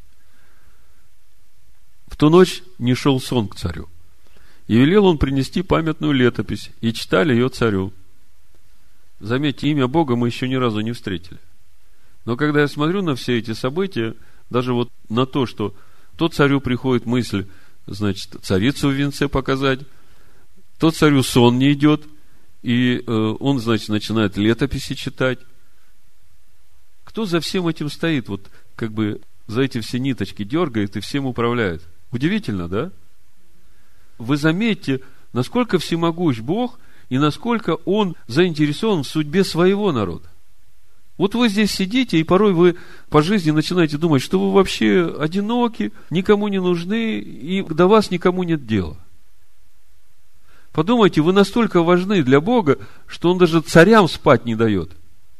В ту ночь не шел сон к царю, и велел он принести памятную летопись, и читали ее царю. Заметьте, имя Бога мы еще ни разу не встретили. Но когда я смотрю на все эти события, даже вот на то, что то царю приходит мысль, значит, царицу в венце показать, то царю сон не идет, и э, он, значит, начинает летописи читать. Кто за всем этим стоит? Вот как бы за эти все ниточки дергает и всем управляет. Удивительно, да? Вы заметьте, насколько всемогущ Бог и насколько Он заинтересован в судьбе своего народа. Вот вы здесь сидите, и порой вы по жизни начинаете думать, что вы вообще одиноки, никому не нужны, и до вас никому нет дела. Подумайте, вы настолько важны для Бога, что Он даже царям спать не дает.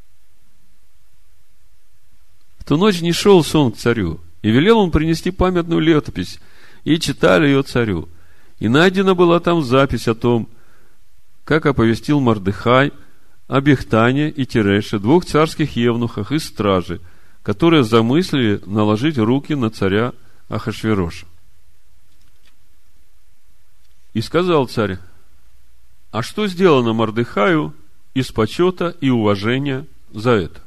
В ту ночь не шел сон к царю, и велел он принести памятную летопись, и читали ее царю. И найдена была там запись о том, как оповестил Мордехай о Бигтане и Тереше, двух царских евнухах из стражи, которые замыслили наложить руки на царя Ахашвероша. И сказал царь: а что сделано Мордехаю из почета и уважения за это?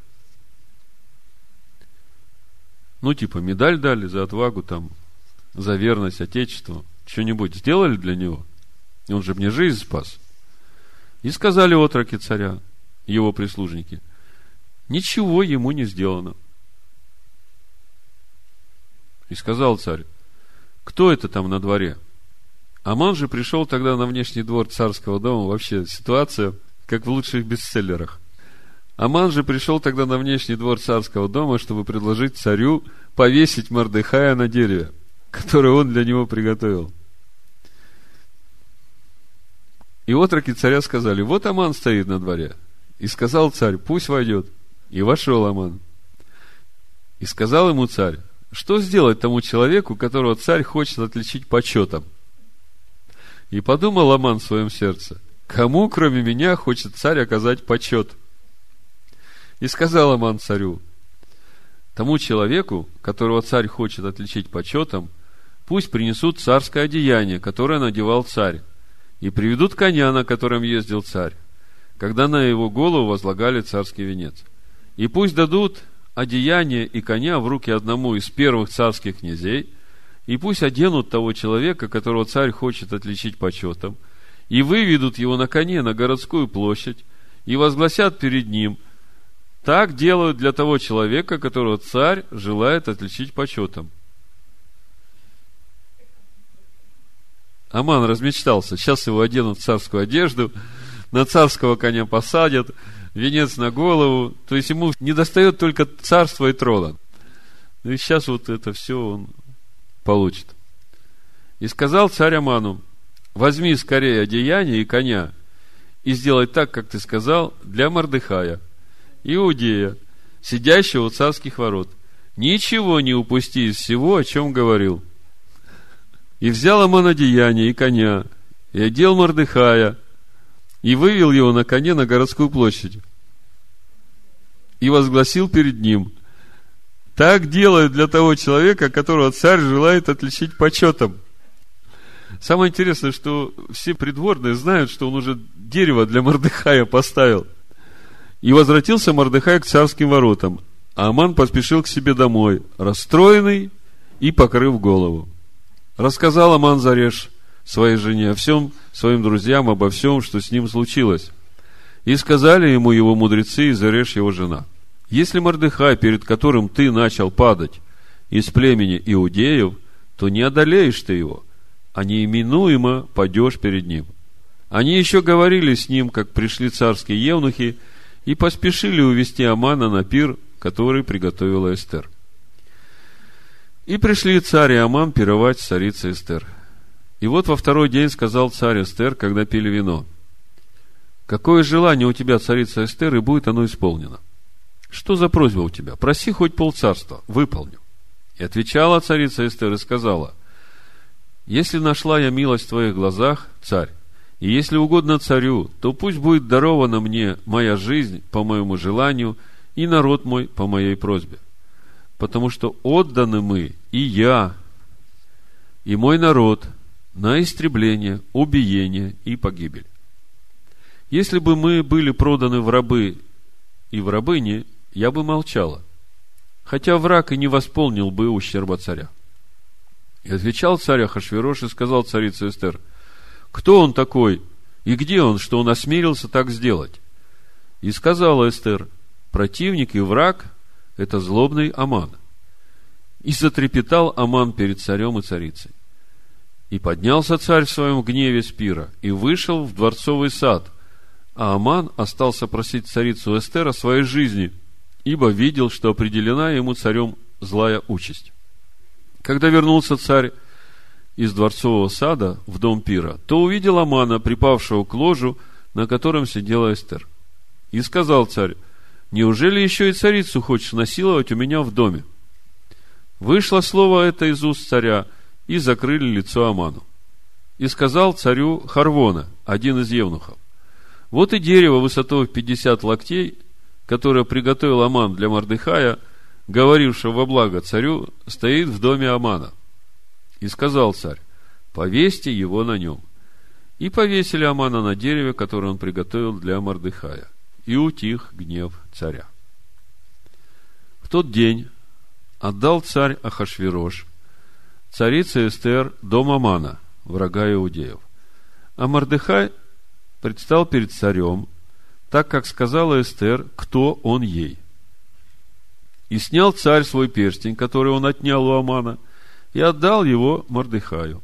Ну, типа, медаль дали за отвагу, там, за верность Отечеству. Что-нибудь сделали для него? Он же мне жизнь спас. И сказали отроки царя, его прислужники: ничего ему не сделано. И сказал царь: кто это там на дворе? Аман же пришел тогда на внешний двор царского дома. Вообще ситуация, как в лучших бестселлерах. Аман же пришел тогда на внешний двор царского дома, чтобы предложить царю повесить Мордехая на дереве, которое он для него приготовил. И отроки царя сказали: вот Аман стоит на дворе. И сказал царь: пусть войдет. И вошел Аман. И сказал ему царь: что сделать тому человеку, которого царь хочет отличить почетом? И подумал Аман в своем сердце: кому, кроме меня, хочет царь оказать почет? И сказал Аман царю: тому человеку, которого царь хочет отличить почетом, пусть принесут царское одеяние, которое надевал царь, и приведут коня, на котором ездил царь, когда на его голову возлагали царский венец. И пусть дадут одеяние и коня в руки одному из первых царских князей, и пусть оденут того человека, которого царь хочет отличить почетом, и выведут его на коне на городскую площадь, и возгласят перед ним: так делают для того человека, которого царь желает отличить почетом. Аман размечтался. Сейчас его оденут в царскую одежду, на царского коня посадят, венец на голову. То есть ему не достает только царства и трона. И сейчас вот это все он получит. И сказал царь Аману: возьми скорее одеяние и коня, и сделай так, как ты сказал, для Мордехая, иудея, сидящего у царских ворот. Ничего не упусти из всего, о чем говорил. И взял Аман одеяние и коня, и одел Мордехая, и вывел его на коне на городскую площадь, и возгласил перед ним: так делают для того человека, которого царь желает отличить почетом. Самое интересное, что все придворные знают, что он уже дерево для Мордехая поставил. И возвратился Мордехай к царским воротам, а Аман поспешил к себе домой, расстроенный и покрыв голову. Рассказал Аман Зареш своей жене о всем, своим друзьям обо всем, что с ним случилось. И сказали ему его мудрецы и Зареш его жена: если Мордехай, перед которым ты начал падать, из племени иудеев, то не одолеешь ты его, а неименуемо падешь перед ним. Они еще говорили с ним, как пришли царские евнухи, и поспешили увести Амана на пир, который приготовила Эстер. И пришли царь и Аман пировать с царицей Эстер. И вот во второй день сказал царь Эстер, когда пили вино: какое желание у тебя, царица Эстер, и будет оно исполнено? Что за просьба у тебя? Проси хоть полцарства, выполню. И отвечала царица Эстер и сказала: если нашла я милость в твоих глазах, царь, и если угодно царю, то пусть будет дарована мне моя жизнь по моему желанию и народ мой по моей просьбе. Потому что отданы мы, и я, и мой народ, на истребление, убиение и погибель. Если бы мы были проданы в рабы и в рабыни, я бы молчала, хотя враг и не восполнил бы ущерба царя. И отвечал царь Ахашвирош и сказал царице Эстер: кто он такой, и где он, что он осмелился так сделать? И сказала Эстер: противник и враг — это злобный Аман. И затрепетал Аман перед царем и царицей. И поднялся царь в своем гневе с пира, и вышел в дворцовый сад, а Аман остался просить царицу Эстер о своей жизни, ибо видел, что определена ему царем злая участь. Когда вернулся царь из дворцового сада в дом пира, то увидел Амана, припавшего к ложу, на котором сидела Эстер. И сказал царь: неужели еще и царицу хочешь насиловать у меня в доме? Вышло слово это из уст царя, и закрыли лицо Аману. И сказал царю Харвона, один из евнухов: вот и дерево высотой в пятьдесят локтей, которое приготовил Аман для Мордехая, говорившего во благо царю, стоит в доме Амана. И сказал царь: повесьте его на нем. И повесили Амана на дереве, которое он приготовил для Мордехая. И утих гнев царя. В тот день отдал царь Ахашвирош царице Эстер дом Амана, врага иудеев. А Мордехай предстал перед царем, так как сказала Эстер, кто он ей. И снял царь свой перстень, который он отнял у Амана, и отдал его Мордехаю.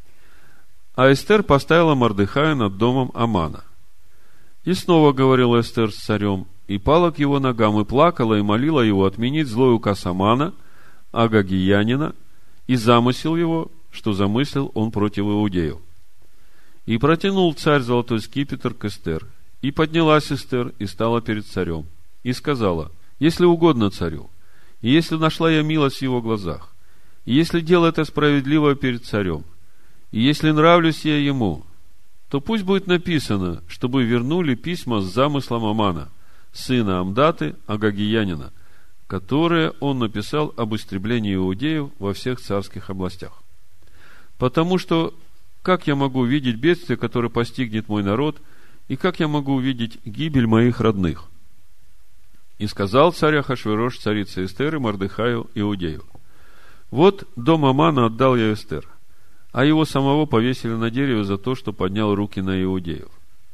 А Эстер поставила Мордехая над домом Амана. И снова говорила Эстер с царем, и пала к его ногам, и плакала, и молила его отменить злой указ Амана, агагиянина, и замысел его, что замыслил он против иудеев. И протянул царь золотой скипетр к Эстер, и поднялась Эстер, и стала перед царем, и сказала: если угодно царю, и если нашла я милость в его глазах, и если дело это справедливо перед царем, и если нравлюсь я ему, то пусть будет написано, чтобы вернули письма с замыслом Амана, сына Амдаты, агагиянина, которые он написал об истреблении иудеев во всех царских областях. Потому что как я могу видеть бедствие, которое постигнет мой народ, и как я могу увидеть гибель моих родных? И сказал царь Ахашверош царице Эстер и Мордехаю иудею: вот дом Амана отдал я Эстер, а его самого повесили на дереве за то, что поднял руки на иудеев.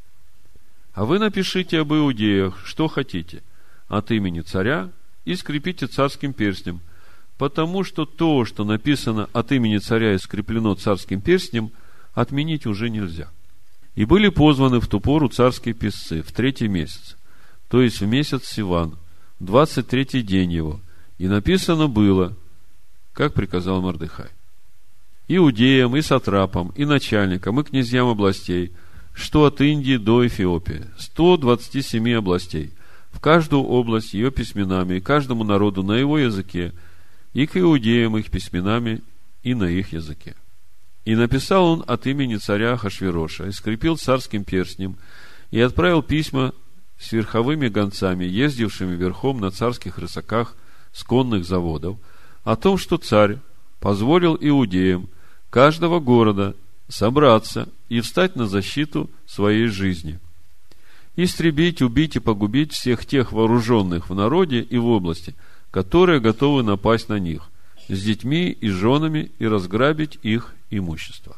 А вы напишите об иудеях, что хотите, от имени царя, и скрепите царским перстнем, потому что то, что написано от имени царя и скреплено царским перстнем, отменить уже нельзя. И были позваны в ту пору царские писцы в третий месяц, то есть в месяц Сиван, двадцать третий день его, и написано было, как приказал Мордехай, иудеям, и сатрапам, и начальникам, и князьям областей, что от Индии до Эфиопии, сто двадцати семи областей, в каждую область ее письменами, и каждому народу на его языке, и к иудеям их письменами, и на их языке. И написал он от имени царя Ахашвероша, и скрепил царским перстнем, и отправил письма с верховыми гонцами, ездившими верхом на царских рысаках с конных заводов, о том, что царь позволил иудеям каждого города собраться и встать на защиту своей жизни, истребить, убить и погубить всех тех вооруженных в народе и в области, которые готовы напасть на них, с детьми и женами, и разграбить их имущество.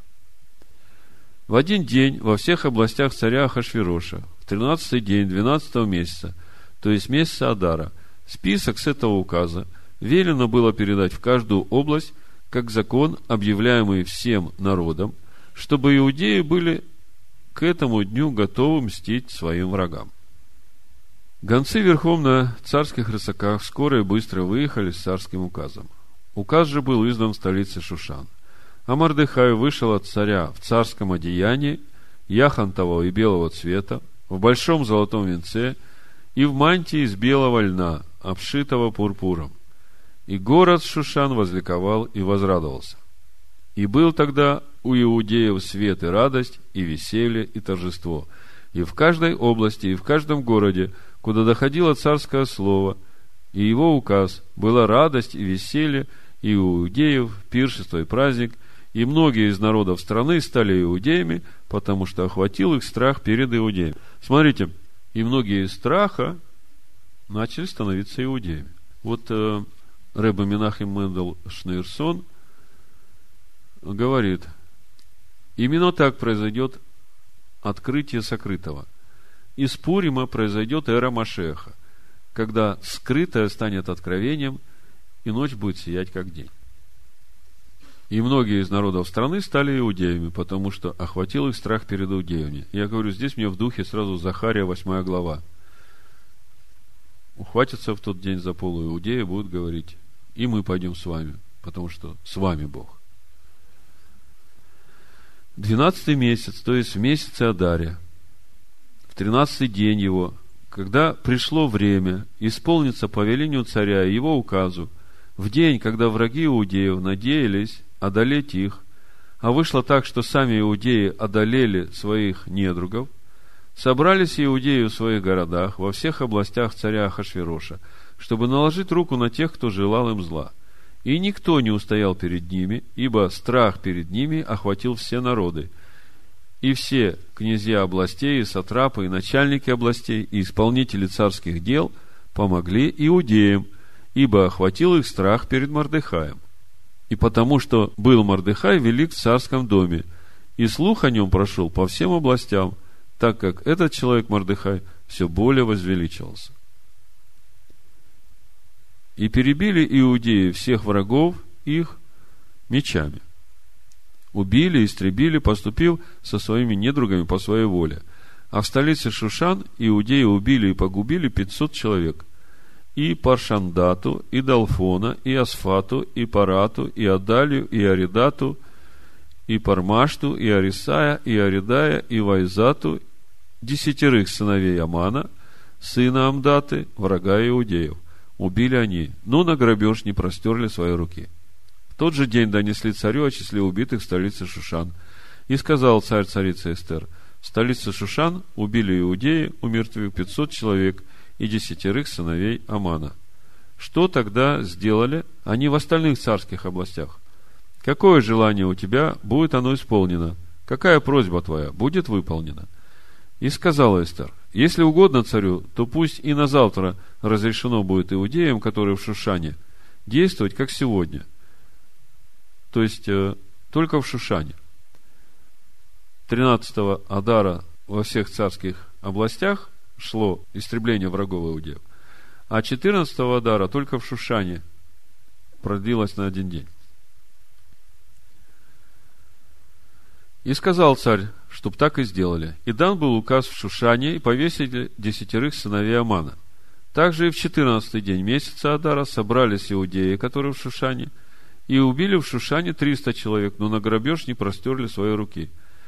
В один день во всех областях царя Ахашвероша, в тринадцатый день двенадцатого месяца, то есть месяца Адара, список с этого указа велено было передать в каждую область, как закон, объявляемый всем народам, чтобы иудеи были к этому дню готовы мстить своим врагам. Гонцы верхом на царских рысаках скоро и быстро выехали с царским указом. Указ же был издан в столице Шушан. А Мордехай вышел от царя в царском одеянии, яхонтового и белого цвета, в большом золотом венце и в мантии из белого льна, обшитого пурпуром. И город Шушан возликовал и возрадовался. И был тогда у иудеев свет и радость, и веселье, и торжество. И в каждой области, и в каждом городе, куда доходило царское слово, и его указ, была радость и веселье, и у иудеев пиршество и праздник, и многие из народов страны стали иудеями, потому что охватил их страх перед иудеями. Смотрите, и многие из страха начали становиться иудеями. Вот э, Ребе Менахем Мендел Шнейрсон говорит, именно так произойдет открытие сокрытого. Из Пурима произойдет эра Машеха, когда скрытое станет откровением, и ночь будет сиять как день. И многие из народов страны стали иудеями, потому что охватил их страх перед иудеями. Я говорю, здесь мне в духе сразу Захария, восьмая глава. Ухватятся в тот день за полу иудеи, будут говорить, и мы пойдем с вами, потому что с вами Бог. Двенадцатый месяц, то есть в месяце Адаре, в тринадцатый день его, когда пришло время исполниться по велению царя и его указу, в день, когда враги иудеев надеялись одолеть их, а вышло так, что сами иудеи одолели своих недругов, собрались иудеи в своих городах, во всех областях царя Ахашвероша, чтобы наложить руку на тех, кто желал им зла. И никто не устоял перед ними, ибо страх перед ними охватил все народы. И все князья областей, и сатрапы, и начальники областей, и исполнители царских дел помогли иудеям, ибо охватил их страх перед Мордехаем. И потому что был Мордехай велик в царском доме, и слух о нем прошел по всем областям, так как этот человек Мордехай все более возвеличивался. И перебили иудеи всех врагов их мечами. Убили, истребили, поступив со своими недругами по своей воле. А в столице Шушан иудеи убили и погубили пятьсот человек. И Паршандату, и Далфона, и Асфату, и Парату, и Адалию, и Аридату, и Пармашту, и Арисая, и Аридая, и Вайзату, десятерых сыновей Амана, сына Амдаты, врага иудеев. Убили они, но на грабеж не простерли свои руки. В тот же день донесли царю о числе убитых в столице Шушан. И сказал царь царице Эстер: в столице Шушан убили иудеи, умертвив пятьсот человек, и десятерых сыновей Амана. Что тогда сделали они в остальных царских областях? Какое желание у тебя, будет оно исполнено. Какая просьба твоя, будет выполнена. И сказала Эстер: если угодно царю, то пусть и на завтра разрешено будет иудеям, которые в Шушане, действовать, как сегодня. То есть, э, только в Шушане. тринадцатого Адара во всех царских областях шло истребление врагов иудеев, а четырнадцатого Адара только в Шушане продлилось на один день. И сказал царь, чтоб так и сделали. И дан был указ в Шушане, и повесили десятерых сыновей Амана. Также и в четырнадцатый день месяца Адара собрались иудеи, которые в Шушане, и убили в Шушане триста человек, но на грабеж не простерли свои руки.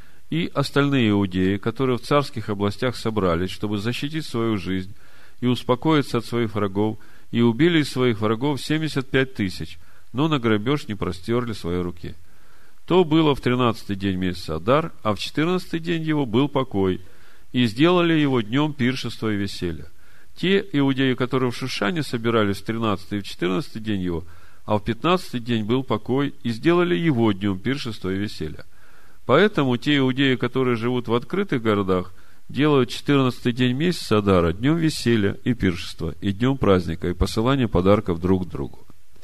И остальные иудеи, которые в царских областях собрались, чтобы защитить свою жизнь и успокоиться от своих врагов, и убили из своих врагов семьдесят пять тысяч, но на грабеж не простерли свои руки. То было в тринадцатый день месяца Адар, а в четырнадцатый день его был покой, и сделали его днем пиршества и веселья. Те иудеи, которые в Шушане собирались в тринадцатый и в четырнадцатый день его, а в пятнадцатый день был покой, и сделали его днем пиршества и веселья. Поэтому те иудеи, которые живут в открытых городах, делают четырнадцатый день месяца Адара днем веселья и пиршества, и днем праздника, и посылания подарков друг другу.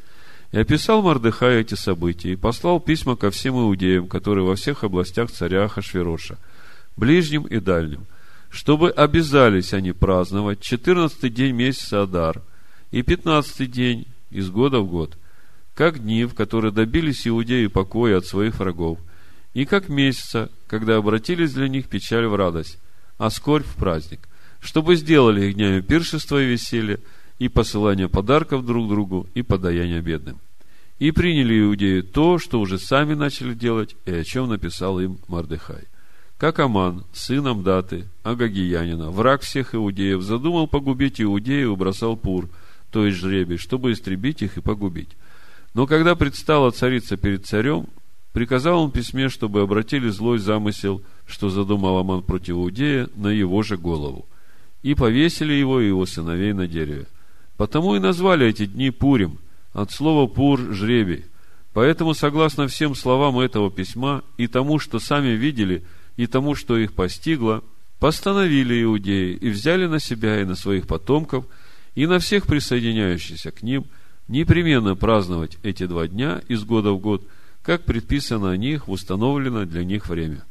И описал Мордехай эти события, и послал письма ко всем иудеям, которые во всех областях царя Ахашвероша, ближним и дальним, чтобы обязались они праздновать четырнадцатый день месяца Адар и пятнадцатый день из года в год, как дни, в которые добились иудеи покоя от своих врагов, и как месяца, когда обратились для них печаль в радость, а скорбь в праздник, чтобы сделали их днями пиршества и веселья, и посылания подарков друг другу, и подаяния бедным. И приняли иудеи то, что уже сами начали делать, и о чем написал им Мордехай. Как Аман, сын Амдаты, агагиянина, враг всех иудеев, задумал погубить иудеев и бросал пур, то есть жребий, чтобы истребить их и погубить. Но когда предстала царица перед царем, приказал он в письме, чтобы обратили злой замысел, что задумал Аман против Иудея, на его же голову, и повесили его и его сыновей на дереве. Потому и назвали эти дни Пурим, от слова Пур – жребий. Поэтому, согласно всем словам этого письма, и тому, что сами видели, и тому, что их постигло, постановили иудеи и взяли на себя и на своих потомков, и на всех присоединяющихся к ним, непременно праздновать эти два дня из года в год, как предписано о них в установленное для них время.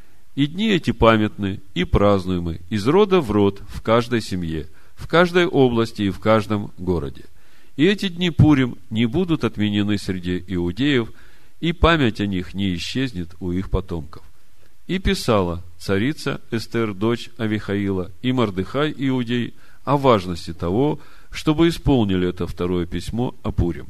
И дни эти памятны и празднуемы из рода в род в каждой семье, в каждой области и в каждом городе. И эти дни Пурим не будут отменены среди иудеев, и память о них не исчезнет у их потомков. И писала царица Эстер, дочь Авихаила, и Мордехай иудей о важности того, чтобы исполнили это второе письмо о Пурим.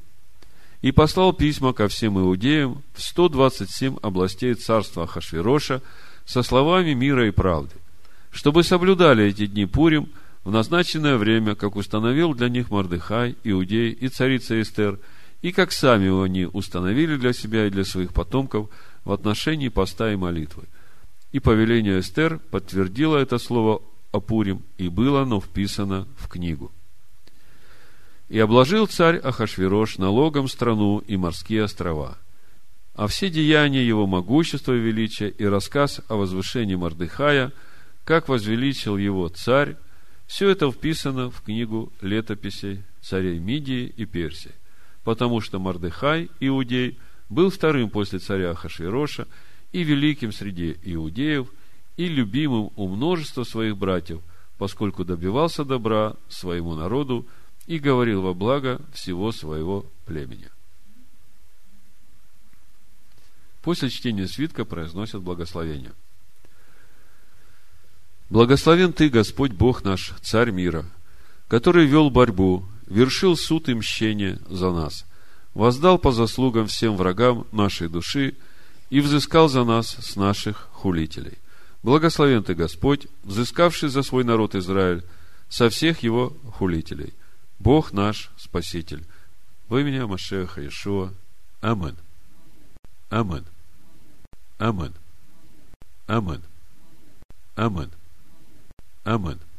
И послал письма ко всем иудеям в сто двадцать семь областей царства Ахашвероша со словами мира и правды, чтобы соблюдали эти дни Пурим в назначенное время, как установил для них Мордехай, иудей и царица Эстер, и как сами они установили для себя и для своих потомков в отношении поста и молитвы. И повеление Эстер подтвердило это слово о Пурим, и было оно вписано в книгу. И обложил царь Ахашверош налогом страну и морские острова. А все деяния его могущества и величия и рассказ о возвышении Мордехая, как возвеличил его царь, все это вписано в книгу летописей царей Мидии и Персии, потому что Мордехай, иудей, был вторым после царя Ахашвероша и великим среди иудеев, и любимым у множества своих братьев, поскольку добивался добра своему народу и говорил во благо всего своего племени. После чтения свитка произносят благословение. Благословен Ты, Господь Бог наш, Царь мира, который вел борьбу, вершил суд и мщение за нас, воздал по заслугам всем врагам нашей души и взыскал за нас с наших хулителей. Благословен Ты, Господь, взыскавший за свой народ Израиль со всех его хулителей. Бог наш Спаситель. Во имя Машеха Иешуа. Амин. Амин. Амин. Амин. Амин. Амин.